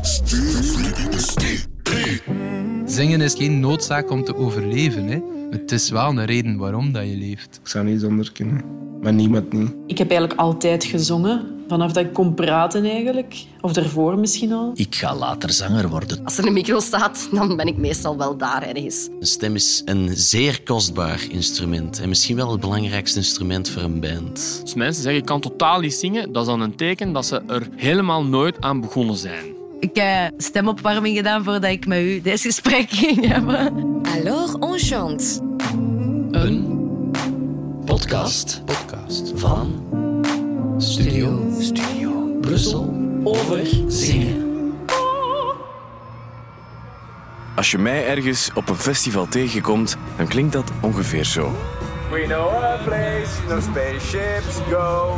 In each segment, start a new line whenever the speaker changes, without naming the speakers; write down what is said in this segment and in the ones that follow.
Zingen is geen noodzaak om te overleven, hè. Het is wel een reden waarom dat je leeft.
Ik zou niet zonder kunnen. Maar niemand niet.
Ik heb eigenlijk altijd gezongen. Vanaf dat ik kon praten eigenlijk. Of daarvoor misschien al.
Ik ga later zanger worden.
Als er een micro staat, dan ben ik meestal wel daar ergens.
Een stem is een zeer kostbaar instrument. En misschien wel het belangrijkste instrument voor een band.
Als mensen zeggen, ik kan totaal niet zingen, dat is dan een teken dat ze er helemaal nooit aan begonnen zijn.
Ik heb stemopwarming gedaan voordat ik met u deze gesprek ging hebben.
Alors on chante.
Een podcast van Studio Brussel over zingen.
Als je mij ergens op een festival tegenkomt, dan klinkt dat ongeveer zo.
We know a place no spaceships go.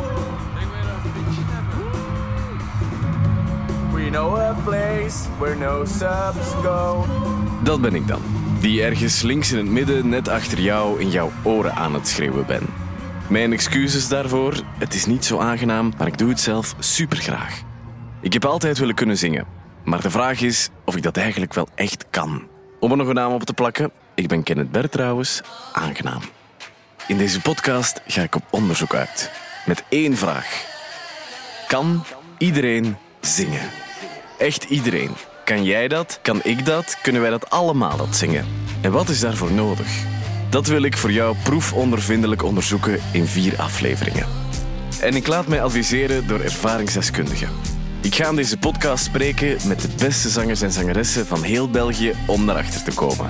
We know a place where no subs go.
Dat ben ik dan. Die ergens links in het midden, net achter jou, in jouw oren aan het schreeuwen ben. Mijn excuses daarvoor, het is niet zo aangenaam, maar ik doe het zelf supergraag. Ik heb altijd willen kunnen zingen. Maar de vraag is of ik dat eigenlijk wel echt kan. Om er nog een naam op te plakken, ik ben Kenneth Bert trouwens, aangenaam. In deze podcast ga ik op onderzoek uit. Met één vraag. Kan iedereen zingen? Echt iedereen. Kan jij dat? Kan ik dat? Kunnen wij dat allemaal, dat zingen? En wat is daarvoor nodig? Dat wil ik voor jou proefondervindelijk onderzoeken in 4 afleveringen. En ik laat mij adviseren door ervaringsdeskundigen. Ik ga in deze podcast spreken met de beste zangers en zangeressen van heel België om daarachter te komen.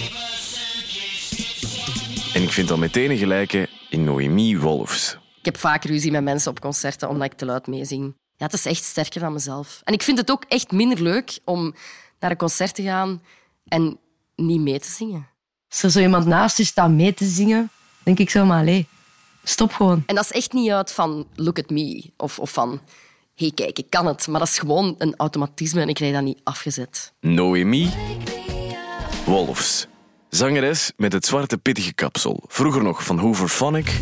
En ik vind al meteen een gelijke in Noémie Wolfs.
Ik heb vaak ruzie met mensen op concerten omdat ik te luid meezing. Ja, het is echt sterker dan mezelf. En ik vind het ook echt minder leuk om naar een concert te gaan en niet mee te zingen.
Als er zo iemand naast je staat mee te zingen, denk ik zo, maar allee, stop gewoon.
En dat is echt niet uit van look at me of van hey, kijk, ik kan het. Maar dat is gewoon een automatisme en ik krijg dat niet afgezet.
Noémie Wolfs. Zangeres met het zwarte pittige kapsel. Vroeger nog van Hooverphonic.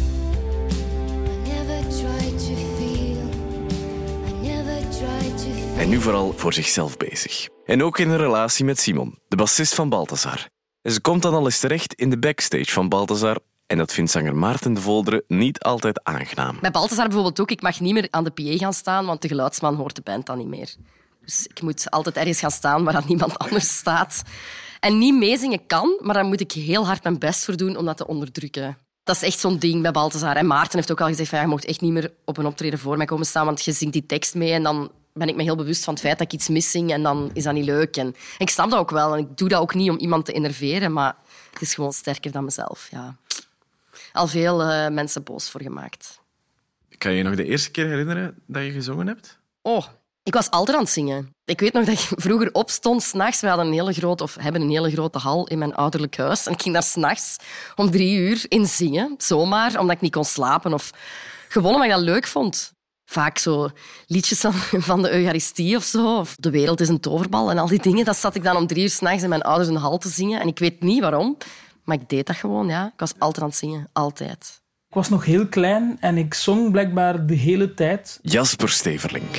En nu vooral voor zichzelf bezig. En ook in een relatie met Simon, de bassist van Balthazar. En ze komt dan al eens terecht in de backstage van Balthazar. En dat vindt zanger Maarten de Volderen niet altijd aangenaam.
Bij Balthazar bijvoorbeeld ook. Ik mag niet meer aan de PA gaan staan, want de geluidsman hoort de band dan niet meer. Dus ik moet altijd ergens gaan staan waar dan niemand anders staat. En niet meezingen kan, maar daar moet ik heel hard mijn best voor doen om dat te onderdrukken. Dat is echt zo'n ding bij Balthazar. En Maarten heeft ook al gezegd van, je mocht echt niet meer op een optreden voor mij komen staan, want je zingt die tekst mee en dan ben ik me heel bewust van het feit dat ik iets miszing en dan is dat niet leuk. En ik snap dat ook wel en ik doe dat ook niet om iemand te enerveren, maar het is gewoon sterker dan mezelf. Ja. Al veel mensen boos voor gemaakt.
Kan je je nog de eerste keer herinneren dat je gezongen hebt?
Oh, ik was altijd aan het zingen. Ik weet nog dat ik vroeger opstond s'nachts. We hadden hebben een hele grote hal in mijn ouderlijk huis. En ik ging daar s'nachts om 3 uur in zingen. Zomaar, omdat ik niet kon slapen. Of gewoon omdat ik dat leuk vond. Vaak zo liedjes van de Eucharistie of zo. Of De wereld is een toverbal en al die dingen. Dat zat ik dan om 3 uur s'nachts in mijn ouders een hal te zingen. En ik weet niet waarom, maar ik deed dat gewoon. Ja. Ik was altijd aan het zingen. Altijd.
Ik was nog heel klein en ik zong blijkbaar de hele tijd.
Jasper Steverlink.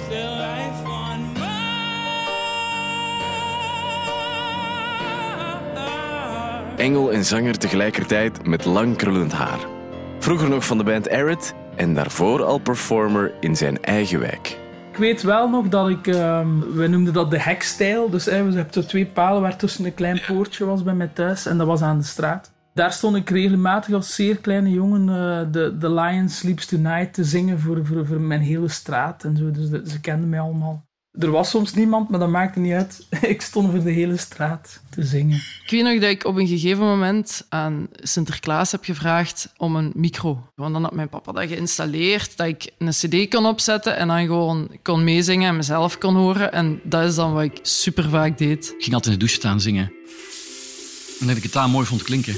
Engel en zanger tegelijkertijd met lang krullend haar. Vroeger nog van de band Arid en daarvoor al performer in zijn eigen wijk.
Ik weet wel nog dat ik... we noemden dat de hekstijl. Dus we hebben zo 2 palen waar tussen een klein poortje was bij mij thuis. En dat was aan de straat. Daar stond ik regelmatig als zeer kleine jongen The Lion Sleeps Tonight te zingen voor mijn hele straat. En zo. Dus ze kenden mij allemaal. Er was soms niemand, maar dat maakte niet uit. Ik stond voor de hele straat te zingen.
Ik weet nog dat ik op een gegeven moment aan Sinterklaas heb gevraagd om een micro. Want dan had mijn papa dat geïnstalleerd, dat ik een cd kon opzetten en dan gewoon kon meezingen en mezelf kon horen. En dat is dan wat ik super vaak deed.
Ik ging altijd in de douche staan zingen. Omdat ik het daar mooi vond klinken.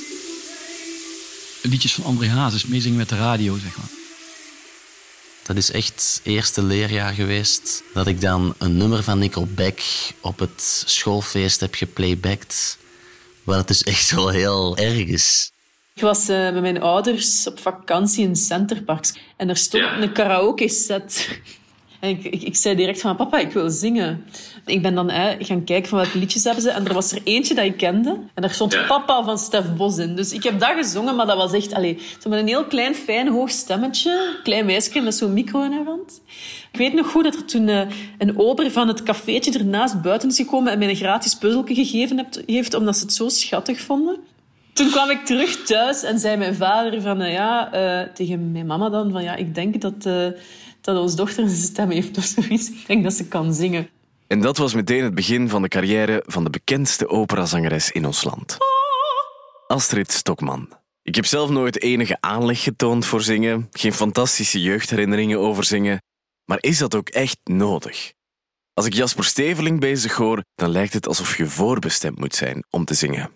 Liedjes van André Hazes, meezingen met de radio, zeg maar.
Dat is echt het eerste leerjaar geweest dat ik dan een nummer van Nickelback op het schoolfeest heb geplaybacked. Wat het dus echt wel heel erg is.
Ik was met mijn ouders op vakantie in Centerparks en er stond een karaoke-set. En ik zei direct van, papa, ik wil zingen. Ik ben dan gaan kijken van welke liedjes hebben ze. En er was er eentje dat ik kende. En daar stond Papa van Stef Bos in. Dus ik heb dat gezongen, maar dat was echt... zo met een heel klein, fijn, hoog stemmetje. Klein meisje met zo'n micro in haar hand. Ik weet nog goed dat er toen een ober van het cafeetje ernaast buiten is gekomen en mij een gratis puzzeltje gegeven heeft, omdat ze het zo schattig vonden. Toen kwam ik terug thuis en zei mijn vader van, tegen mijn mama dan van, ik denk dat onze dochter een stem heeft of zoiets. Ik denk dat ze kan zingen.
En dat was meteen het begin van de carrière van de bekendste operazangeres in ons land. Astrid Stokman. Ik heb zelf nooit enige aanleg getoond voor zingen, geen fantastische jeugdherinneringen over zingen. Maar is dat ook echt nodig? Als ik Jasper Steveling bezig hoor, dan lijkt het alsof je voorbestemd moet zijn om te zingen.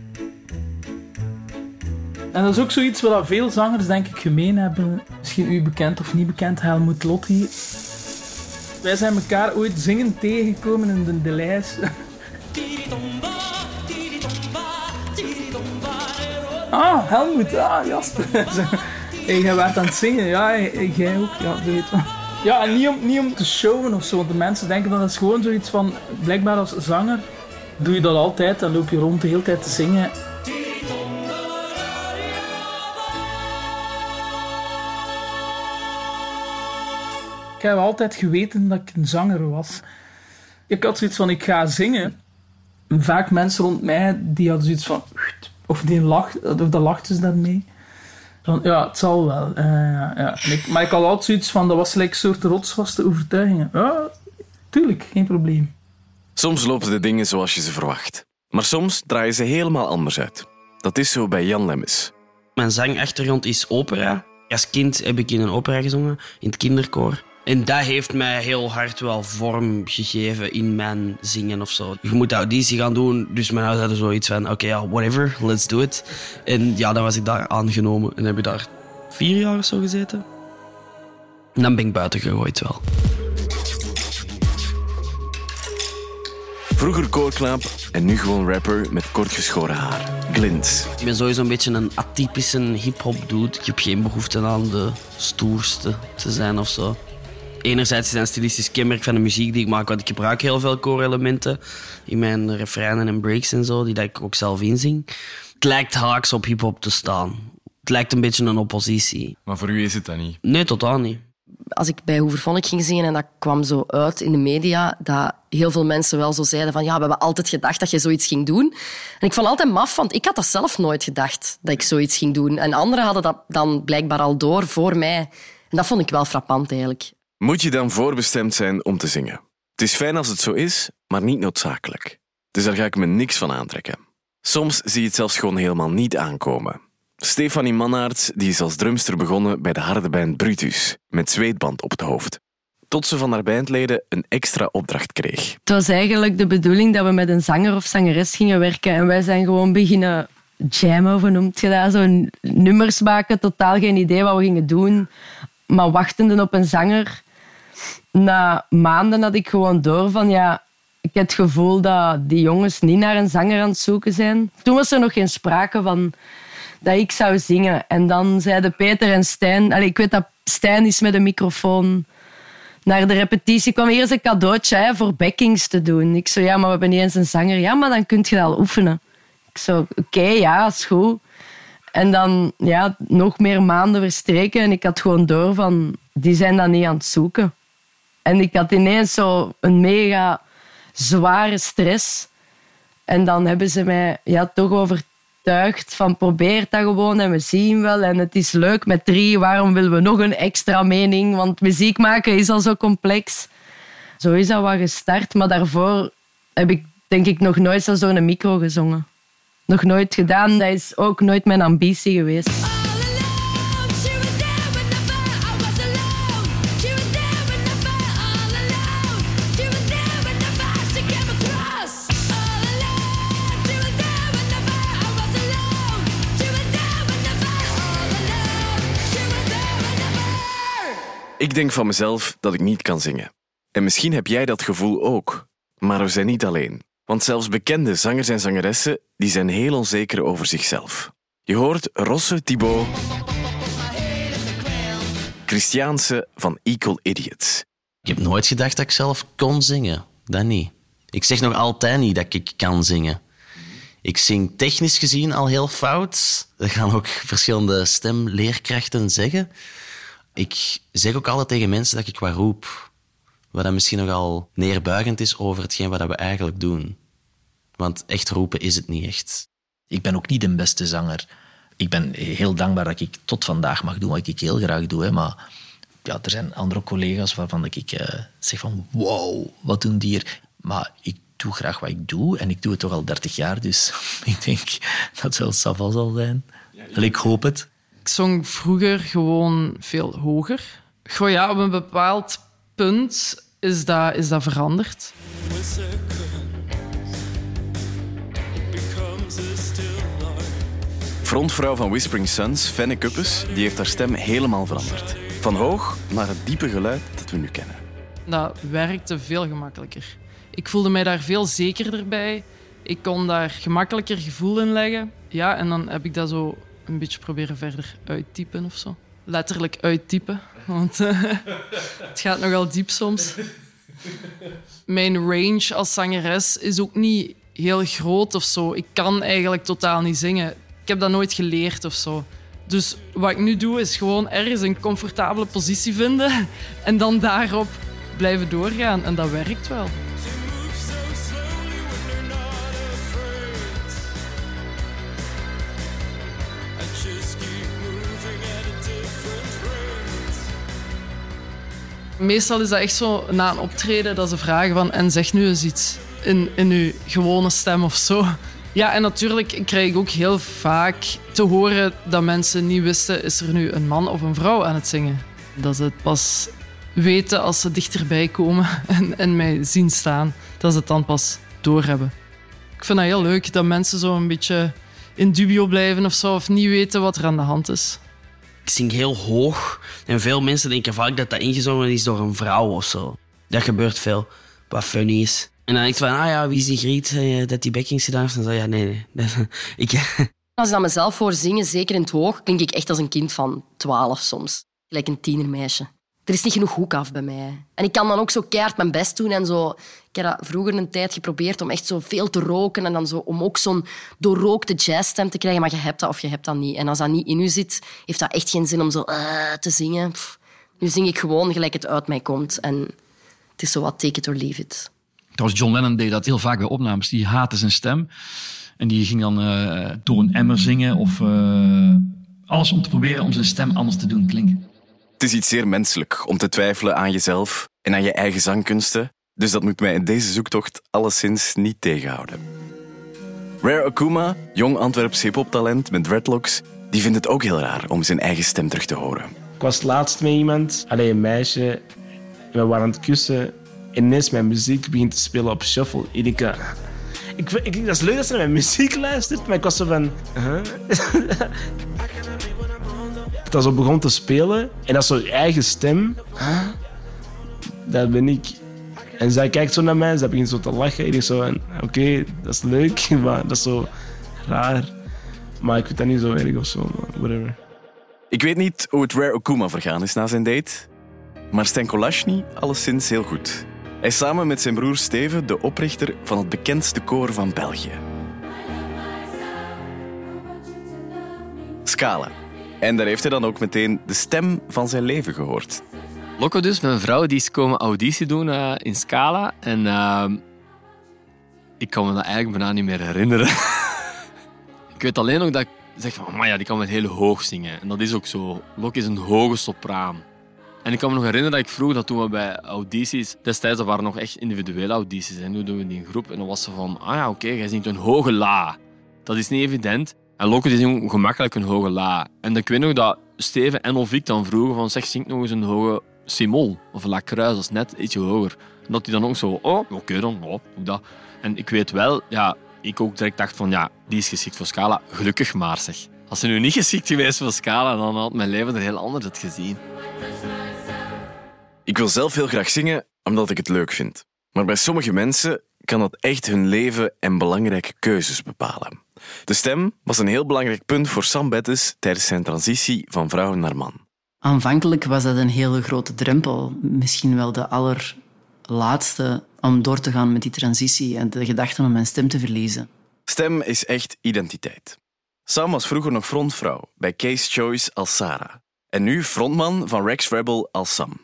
En dat is ook zoiets wat veel zangers denk ik gemeen hebben. Misschien u bekend of niet bekend, Helmut Lotti. Wij zijn elkaar ooit zingend tegengekomen in de lijst. Ah, Helmut, Jasper. Hey, jij werd aan het zingen, ja, jij ook, ja, weet je. Ja, en niet om te showen of zo, want de mensen denken dat is gewoon zoiets van, blijkbaar als zanger doe je dat altijd, dan loop je rond de hele tijd te zingen. Ik heb altijd geweten dat ik een zanger was. Ik had zoiets van, ik ga zingen. En vaak mensen rond mij, die hadden zoiets van... Of dat lachten ze daarmee. Van, ja, het zal wel. Ja. Maar ik had altijd zoiets van, dat was een soort rotsvaste overtuigingen. Ja, tuurlijk, geen probleem.
Soms lopen de dingen zoals je ze verwacht. Maar soms draaien ze helemaal anders uit. Dat is zo bij Jan Lemmes.
Mijn zangachtergrond is opera. Als kind heb ik in een opera gezongen, in het kinderkoor. En dat heeft mij heel hard wel vorm gegeven in mijn zingen of zo. Je moet de auditie gaan doen, dus mijn ouders hadden zoiets van... Oké, whatever, let's do it. En ja, dan was ik daar aangenomen en heb ik daar 4 jaar of zo gezeten. En dan ben ik buiten gegooid wel.
Vroeger koorknaap en nu gewoon rapper met kortgeschoren haar. Glint.
Ik ben sowieso een beetje een atypische hip-hop dude. Ik heb geen behoefte aan de stoerste te zijn of zo. Enerzijds is het een stilistisch kenmerk van de muziek die ik maak, want ik gebruik heel veel koorelementen in mijn refreinen en breaks en zo, die dat ik ook zelf inzing. Het lijkt haaks op hip-hop te staan. Het lijkt een beetje een oppositie.
Maar voor u is het dat niet?
Nee, totaal niet.
Als ik bij Hooverphonic ging zingen en dat kwam zo uit in de media, dat heel veel mensen wel zo zeiden van ja, we hebben altijd gedacht dat je zoiets ging doen. En ik vond het altijd maf, want ik had dat zelf nooit gedacht, dat ik zoiets ging doen. En anderen hadden dat dan blijkbaar al door voor mij. En dat vond ik wel frappant eigenlijk.
Moet je dan voorbestemd zijn om te zingen? Het is fijn als het zo is, maar niet noodzakelijk. Dus daar ga ik me niks van aantrekken. Soms zie je het zelfs gewoon helemaal niet aankomen. Stefanie Mannaerts die is als drumster begonnen bij de harde band Brutus, met zweetband op het hoofd. Tot ze van haar bandleden een extra opdracht kreeg.
Het was eigenlijk de bedoeling dat we met een zanger of zangeres gingen werken en wij zijn gewoon beginnen jammen, hoe noemt je dat? Zo nummers maken, totaal geen idee wat we gingen doen, maar wachtenden op een zanger. Na maanden had ik gewoon door van ja, ik heb het gevoel dat die jongens niet naar een zanger aan het zoeken zijn. Toen was er nog geen sprake van dat ik zou zingen. En dan zeiden Peter en Stijn... ik weet dat Stijn is met een microfoon naar de repetitie kwam. Hier is een cadeautje voor backings te doen. Ik zo, ja, maar we hebben niet eens een zanger. Ja, maar dan kun je dat al oefenen. Ik zo, oké, ja, is goed. En dan ja, nog meer maanden verstreken en ik had gewoon door van... Die zijn dat niet aan het zoeken. En ik had ineens zo een mega zware stress. En dan hebben ze mij toch overtuigd van probeer dat gewoon en we zien wel. En het is leuk met 3, waarom willen we nog een extra mening? Want muziek maken is al zo complex. Zo is dat wat gestart. Maar daarvoor heb ik denk ik nog nooit zo door een micro gezongen. Nog nooit gedaan. Dat is ook nooit mijn ambitie geweest.
Ik denk van mezelf dat ik niet kan zingen. En misschien heb jij dat gevoel ook. Maar we zijn niet alleen. Want zelfs bekende zangers en zangeressen die zijn heel onzeker over zichzelf. Je hoort Rosse Thibaut, Christiaanse van Equal Idiots.
Ik heb nooit gedacht dat ik zelf kon zingen. Dat niet. Ik zeg nog altijd niet dat ik kan zingen. Ik zing technisch gezien al heel fout. Dat gaan ook verschillende stemleerkrachten zeggen. Ik zeg ook altijd tegen mensen dat ik wat roep. Wat dan misschien nogal neerbuigend is over hetgeen wat we eigenlijk doen. Want echt roepen is het niet echt.
Ik ben ook niet de beste zanger. Ik ben heel dankbaar dat ik tot vandaag mag doen wat ik heel graag doe. Hè. Maar ja, er zijn andere collega's waarvan ik zeg van wow, wat doen die hier? Maar ik doe graag wat ik doe en ik doe het toch al 30 jaar. Dus ik denk dat het wel savant zal zijn. Ik hoop het.
Ik zong vroeger gewoon veel hoger. Goh ja, op een bepaald punt is dat veranderd.
Frontvrouw van Whispering Suns, Fenne Kuppes, die heeft haar stem helemaal veranderd. Van hoog naar het diepe geluid dat we nu kennen.
Dat werkte veel gemakkelijker. Ik voelde mij daar veel zekerder bij. Ik kon daar gemakkelijker gevoel in leggen. Ja, en dan heb ik dat zo een beetje proberen verder uittypen of zo. Letterlijk uittypen, want het gaat nogal diep soms. Mijn range als zangeres is ook niet heel groot of zo. Ik kan eigenlijk totaal niet zingen. Ik heb dat nooit geleerd of zo. Dus wat ik nu doe, is gewoon ergens een comfortabele positie vinden en dan daarop blijven doorgaan. En dat werkt wel. Meestal is dat echt zo na een optreden dat ze vragen van en zeg nu eens iets in uw gewone stem of zo. Ja, en natuurlijk krijg ik ook heel vaak te horen dat mensen niet wisten, is er nu een man of een vrouw aan het zingen? Dat ze het pas weten als ze dichterbij komen en mij zien staan, dat ze het dan pas doorhebben. Ik vind dat heel leuk dat mensen zo een beetje in dubio blijven of zo, of niet weten wat er aan de hand is.
Ik zing heel hoog en veel mensen denken vaak dat dat ingezongen is door een vrouw of zo. Dat gebeurt veel, wat funny is. En dan denk je van, wie is die Griet dat die backings gedaan heeft? En dan zeg je, nee.
Als ik dan mezelf hoor zingen, zeker in het hoog, klink ik echt als een kind van 12 soms. Gelijk een tienermeisje. Er is niet genoeg hoek af bij mij. En ik kan dan ook zo keihard mijn best doen en zo. Ik heb dat vroeger een tijd geprobeerd om echt zo veel te roken en dan zo, om ook zo'n doorrookte jazzstem te krijgen, maar je hebt dat of je hebt dat niet. En als dat niet in u zit, heeft dat echt geen zin om zo te zingen. Nu zing ik gewoon gelijk het uit mij komt. En het is zo wat take it or leave it.
Trouwens, John Lennon deed dat heel vaak bij opnames. Die haatte zijn stem. En die ging dan door een emmer zingen of alles om te proberen om zijn stem anders te doen klinken.
Het is iets zeer menselijk om te twijfelen aan jezelf en aan je eigen zangkunsten. Dus dat moet mij in deze zoektocht alleszins niet tegenhouden. Rare Okuma, jong Antwerps hiphoptalent met dreadlocks, die vindt het ook heel raar om zijn eigen stem terug te horen.
Ik was laatst met iemand, een meisje, en we waren aan het kussen. En ineens mijn muziek begint te spelen op shuffle. Dat is leuk dat ze naar mijn muziek luistert, maar ik was zo van... Dat zo begon te spelen en dat is zo je eigen stem. Dat ben ik. En zij kijkt zo naar mij en zij begint zo te lachen. Ik denk zo van, oké, dat is leuk, maar dat is zo raar. Maar ik vind dat niet zo erg of zo, whatever.
Ik weet niet hoe het Rare Okuma vergaan is na zijn date, maar Stijn Kolashny alleszins heel goed. Hij is samen met zijn broer Steven de oprichter van het bekendste koor van België. Scala. En daar heeft hij dan ook meteen de stem van zijn leven gehoord.
Loco dus, mijn vrouw, die is komen auditie doen in Scala. En ik kan me dat eigenlijk bijna niet meer herinneren. Ik weet alleen nog dat ik zeg van, maar ja, die kan met heel hoog zingen. En dat is ook zo. Loco is een hoge sopraan. En ik kan me nog herinneren dat ik vroeg dat toen we bij audities... Destijds dat waren nog echt individuele audities. En nu doen we die in groep. En dan was ze van, oké, jij zingt een hoge la. Dat is niet evident. En Loco die zingt gemakkelijk een hoge la. En ik weet nog dat Steven en of ik dan vroegen van, zeg, zing nog eens een hoge c-mol. Of een la kruis, dat is net ietsje hoger. En dat hij dan ook zo, oké dan, doe dat. En ik weet wel, ik ook direct dacht van, die is geschikt voor Scala. Gelukkig maar, zeg. Als ze nu niet geschikt geweest voor Scala, dan had mijn leven er heel anders het gezien.
Ik wil zelf heel graag zingen, omdat ik het leuk vind. Maar bij sommige mensen kan dat echt hun leven en belangrijke keuzes bepalen. De stem was een heel belangrijk punt voor Sam Bettes tijdens zijn transitie van vrouw naar man.
Aanvankelijk was dat een hele grote drempel. Misschien wel de allerlaatste om door te gaan met die transitie en de gedachte om mijn stem te verliezen.
Stem is echt identiteit. Sam was vroeger nog frontvrouw bij Case Choice als Sarah. En nu frontman van Rex Rebel als Sam.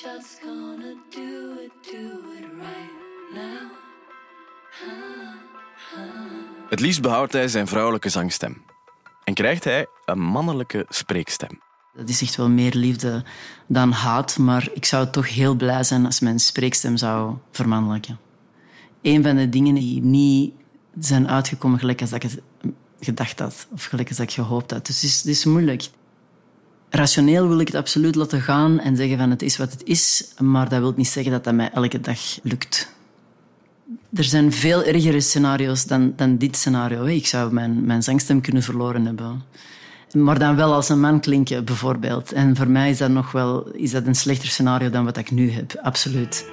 Het liefst behoudt hij zijn vrouwelijke zangstem. En krijgt hij een mannelijke spreekstem.
Dat is echt wel meer liefde dan haat, maar ik zou toch heel blij zijn als mijn spreekstem zou vermannelijken. Een van de dingen die niet zijn uitgekomen gelijk als ik het gedacht had, of gelijk als ik gehoopt had. Dus het is moeilijk. Rationeel wil ik het absoluut laten gaan en zeggen van het is wat het is, maar dat wil niet zeggen dat dat mij elke dag lukt. Er zijn veel ergere scenario's dan dit scenario. Ik zou mijn zangstem kunnen verloren hebben. Maar dan wel als een man klinken, bijvoorbeeld. En voor mij is dat nog wel een slechter scenario dan wat ik nu heb. Absoluut.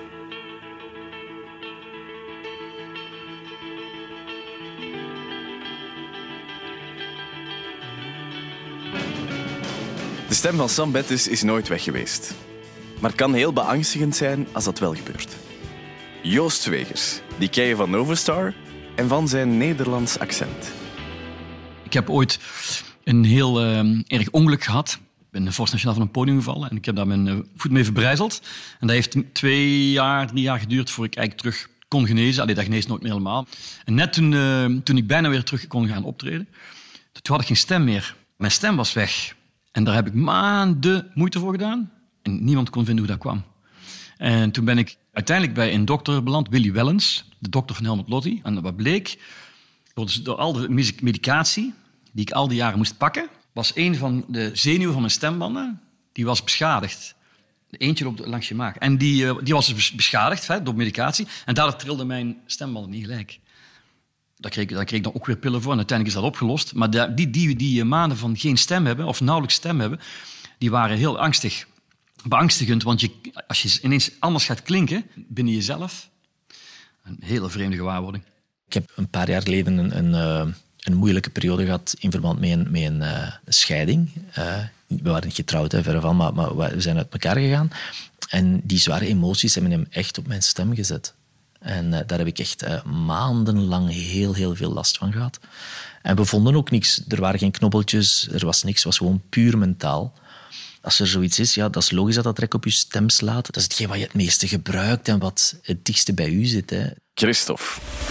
De stem van Sam Bettis is nooit weg geweest. Maar het kan heel beangstigend zijn als dat wel gebeurt. Joost Zwegers, die ken je van Novastar en van zijn Nederlands accent.
Ik heb ooit een heel erg ongeluk gehad. Ik ben fors nationaal van een podium gevallen en ik heb daar mijn voet mee verbrijzeld. En dat heeft 3 jaar geduurd voor ik eigenlijk terug kon genezen. Allee, dat geneest nooit meer helemaal. En net toen ik bijna weer terug kon gaan optreden, toen had ik geen stem meer. Mijn stem was weg. En daar heb ik maanden moeite voor gedaan. En niemand kon vinden hoe dat kwam. En toen ben ik uiteindelijk bij een dokter beland, Willy Wellens, de dokter van Helmut Lotti. En wat bleek, door al de medicatie die ik al die jaren moest pakken, was een van de zenuwen van mijn stembanden, die was beschadigd. Eentje langs je maag. En die was dus beschadigd door medicatie. En daardoor trilden mijn stembanden niet gelijk. Daar kreeg ik dan ook weer pillen voor. En uiteindelijk is dat opgelost. Maar die maanden van geen stem hebben, of nauwelijks stem hebben, die waren heel angstig. Beangstigend, want als je ineens anders gaat klinken binnen jezelf, een hele vreemde gewaarwording.
Ik heb een paar jaar geleden een moeilijke periode gehad in verband met een scheiding. We waren niet getrouwd, verre van, maar we zijn uit elkaar gegaan. En die zware emoties hebben hem echt op mijn stem gezet. En daar heb ik echt maandenlang heel, heel veel last van gehad. En we vonden ook niks. Er waren geen knobbeltjes, er was niks. Het was gewoon puur mentaal. Als er zoiets is, ja, dat is logisch dat trek op je stem slaat. Dat is hetgeen wat je het meeste gebruikt en wat het dichtste bij u zit. Hè.
Christophe.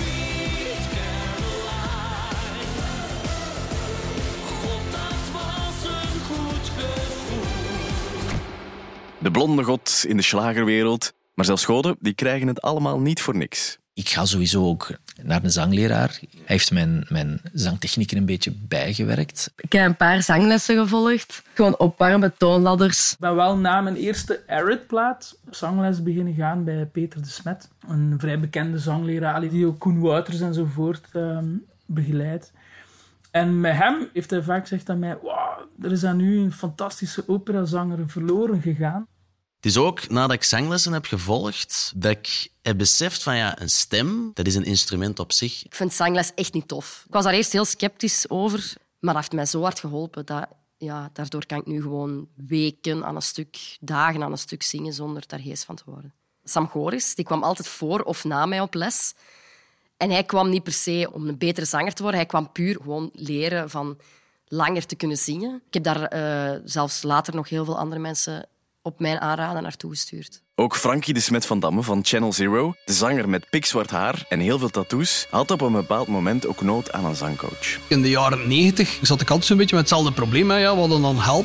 De blonde god in de slagerwereld. Maar zelfs goden, die krijgen het allemaal niet voor niks.
Ik ga sowieso ook naar een zangleraar. Hij heeft mijn zangtechnieken een beetje bijgewerkt.
Ik heb een paar zanglessen gevolgd. Gewoon opwarmen, toonladders.
Ik ben wel na mijn eerste Arid-plaat op zangles beginnen gaan bij Peter de Smet. Een vrij bekende zangleraar die ook Koen Wouters enzovoort begeleidt. En met hem heeft hij vaak gezegd aan mij, wow, er is aan u een fantastische operazanger verloren gegaan.
Het is ook nadat ik zanglessen heb gevolgd, dat ik heb beseft van een stem, dat is een instrument op zich.
Ik vind zangles echt niet tof. Ik was daar eerst heel sceptisch over, maar dat heeft mij zo hard geholpen dat daardoor kan ik nu gewoon weken aan een stuk, dagen aan een stuk zingen zonder daar hees van te worden. Sam Goris, die kwam altijd voor of na mij op les. En hij kwam niet per se om een betere zanger te worden. Hij kwam puur gewoon leren van langer te kunnen zingen. Ik heb daar zelfs later nog heel veel andere mensen op mijn aanraden naartoe gestuurd.
Ook Frankie de Smet van Damme van Channel Zero, de zanger met pikzwart haar en heel veel tattoos, had op een bepaald moment ook nood aan een zangcoach.
In de jaren 90 zat ik altijd zo'n beetje met hetzelfde probleem. We hadden dan Help.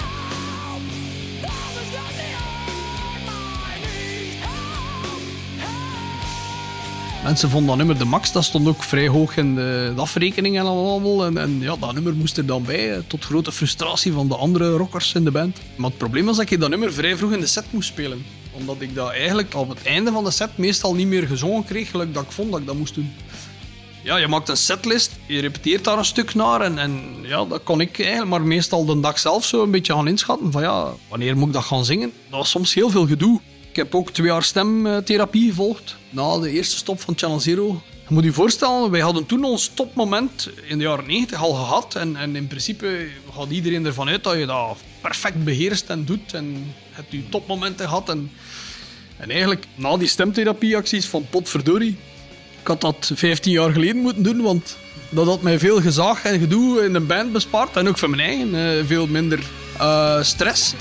Mensen vonden dat nummer de max. Dat stond ook vrij hoog in de afrekening en allemaal. En dat nummer moest er dan bij, tot grote frustratie van de andere rockers in de band. Maar het probleem was dat ik dat nummer vrij vroeg in de set moest spelen. Omdat ik dat eigenlijk op het einde van de set meestal niet meer gezongen kreeg, gelijk dat ik vond dat ik dat moest doen. Ja, je maakt een setlist, je repeteert daar een stuk naar en dat kon ik eigenlijk maar meestal de dag zelf zo een beetje gaan inschatten van wanneer moet ik dat gaan zingen? Dat was soms heel veel gedoe. Ik heb ook 2 jaar stemtherapie gevolgd na de eerste stop van Channel Zero. Je moet je voorstellen, wij hadden toen ons topmoment in de jaren 90 al gehad. En in principe gaat iedereen ervan uit dat je dat perfect beheerst en doet. En je hebt je topmomenten gehad. En eigenlijk, na die stemtherapieacties van potverdorie, ik had dat 15 jaar geleden moeten doen, want dat had mij veel gezag en gedoe in de band bespaard. En ook voor mijn eigen veel minder stress.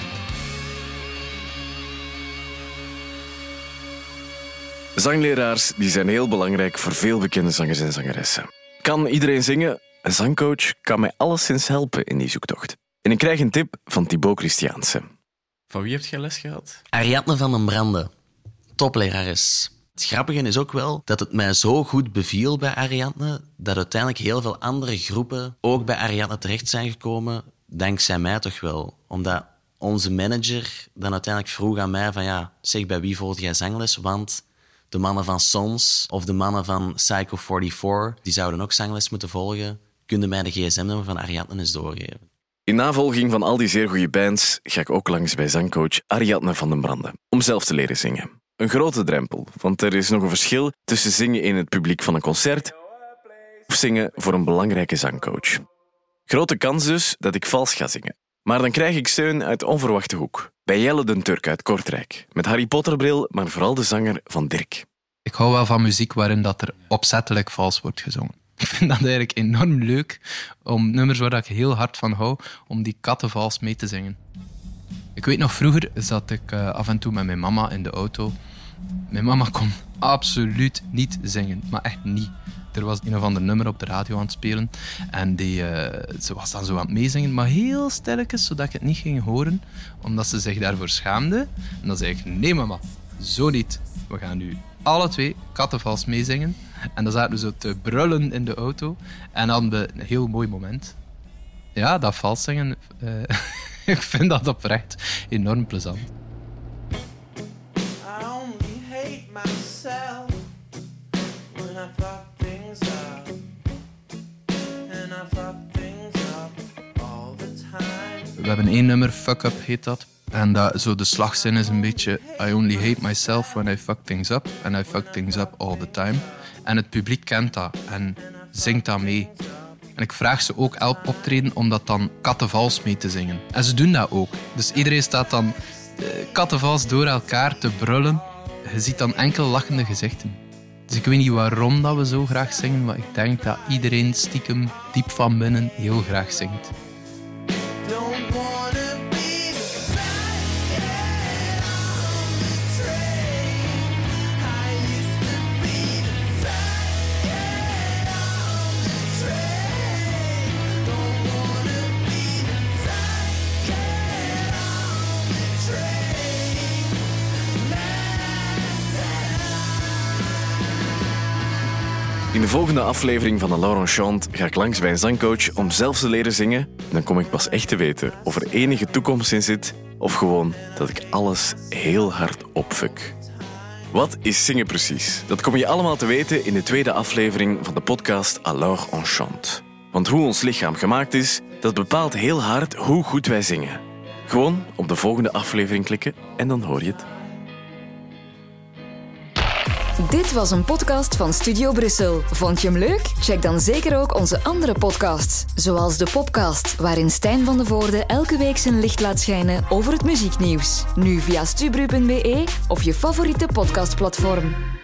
Zangleraars die zijn heel belangrijk voor veel bekende zangers en zangeressen. Kan iedereen zingen? Een zangcoach kan mij alleszins helpen in die zoektocht. En ik krijg een tip van Thibaut Christiaanse. Van wie heb je les gehad?
Ariadne van den Brande. Toplerares. Het grappige is ook wel dat het mij zo goed beviel bij Ariadne, dat uiteindelijk heel veel andere groepen ook bij Ariadne terecht zijn gekomen, dankzij mij toch wel. Omdat onze manager dan uiteindelijk vroeg aan mij van ja, zeg, bij wie volg jij zangles? Want de mannen van Sons of de mannen van Psycho 44, die zouden ook zangles moeten volgen. Kunnen mij de gsm-nummer van Ariadne eens doorgeven?
In navolging van al die zeer goede bands ga ik ook langs bij zangcoach Ariadne van den Brande om zelf te leren zingen. Een grote drempel, want er is nog een verschil tussen zingen in het publiek van een concert of zingen voor een belangrijke zangcoach. Grote kans dus dat ik vals ga zingen. Maar dan krijg ik steun uit onverwachte hoek. Bij Jelle den Turk uit Kortrijk. Met Harry Potter-bril, maar vooral de zanger van Dirk.
Ik hou wel van muziek waarin dat er opzettelijk vals wordt gezongen. Ik vind dat eigenlijk enorm leuk om nummers waar ik heel hard van hou, om die kattenvals mee te zingen. Ik weet nog, vroeger zat ik af en toe met mijn mama in de auto. Mijn mama kon absoluut niet zingen, maar echt niet. Er was een of ander nummer op de radio aan het spelen en ze was dan zo aan het meezingen, maar heel stilletjes, zodat ik het niet ging horen, omdat ze zich daarvoor schaamde. En dan zei ik, nee mama, zo niet. We gaan nu alle twee kattenvals meezingen. En dan zaten we zo te brullen in de auto en hadden we een heel mooi moment. Ja, dat vals zingen, ik vind dat oprecht enorm plezant. We hebben één nummer, Fuck Up heet dat. En zo de slagzin is een beetje I only hate myself when I fuck things up. And I fuck things up all the time. En het publiek kent dat en zingt dat mee. En ik vraag ze ook elk optreden om dat dan kattenvals mee te zingen. En ze doen dat ook. Dus iedereen staat dan kattenvals door elkaar te brullen. Je ziet dan enkel lachende gezichten. Dus ik weet niet waarom dat we zo graag zingen, maar ik denk dat iedereen stiekem diep van binnen heel graag zingt.
In de volgende aflevering van de Laurent Chant ga ik langs bij een zangcoach om zelf te leren zingen. En dan kom ik pas echt te weten of er enige toekomst in zit of gewoon dat ik alles heel hard opfuck. Wat is zingen precies? Dat kom je allemaal te weten in de tweede aflevering van de podcast Alors on chante. Want hoe ons lichaam gemaakt is, dat bepaalt heel hard hoe goed wij zingen. Gewoon op de volgende aflevering klikken en dan hoor je het.
Dit was een podcast van Studio Brussel. Vond je hem leuk? Check dan zeker ook onze andere podcasts. Zoals de Popcast, waarin Stijn van de Voorde elke week zijn licht laat schijnen over het muzieknieuws. Nu via stubru.be of je favoriete podcastplatform.